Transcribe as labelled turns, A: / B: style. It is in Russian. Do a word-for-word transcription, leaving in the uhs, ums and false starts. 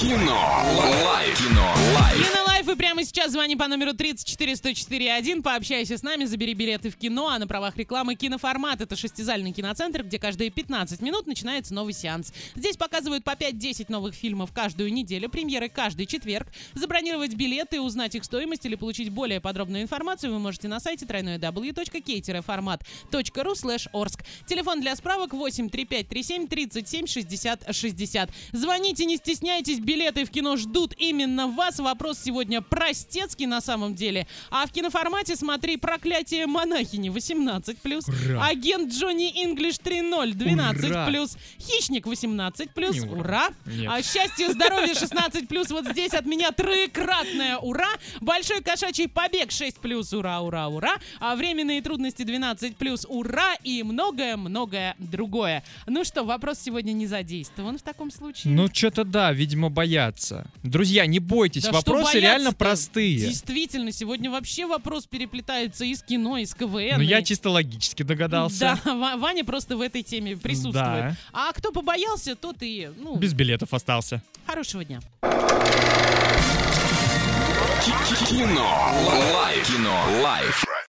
A: Кино. Лайф. Кино. Лайф.
B: Кино Лайф, и прямо сейчас звони по номеру тридцать четыре сто четыре один, пообщайся с нами, забери билеты в кино, а на правах рекламы Киноформат. Это шестизальный киноцентр, где каждые пятнадцать минут начинается новый сеанс. Здесь показывают по пять-десять новых фильмов каждую неделю, премьеры каждый четверг. Забронировать билеты, узнать их стоимость или получить более подробную информацию вы можете на сайте дабл ю дабл ю дабл ю точка кей формат точка ру слэш орск. Телефон для справок восемь три пять три семь тридцать семь шестьдесят шестьдесят. Звоните, не стесняйтесь, билеты в кино ждут именно вас. Вопрос сегодня простецкий на самом деле. А в Киноформате смотри «Проклятие монахини» восемнадцать плюс,
C: Ура.
B: «Агент Джонни Инглиш три ноль» двенадцать
C: Ура.
B: плюс, «Хищник» восемнадцать плюс,
C: Не ура.
B: ура.
C: Нет.
B: А «Счастье, здоровье» шестнадцать плюс, вот здесь от меня троекратное ура. «Большой кошачий побег» шесть плюс, ура, ура, ура. А «Временные трудности» двенадцать плюс, ура. И многое-многое другое. Ну что, вопрос сегодня не задействован в таком случае?
C: Ну, что-то да, видимо, боятся. Друзья, не бойтесь,
B: Да что
C: вопросы
B: бояться-то?
C: реально простые.
B: Действительно, сегодня вообще вопрос переплетается и с кино, и с КВН.
C: Ну,
B: и-
C: я чисто логически догадался.
B: Да, Ва- Ваня просто в этой теме присутствует.
C: Да.
B: А кто побоялся, тот и, ну,
C: Без билетов остался.
B: хорошего дня.
A: Кино. Лайф. Кино. Лайф.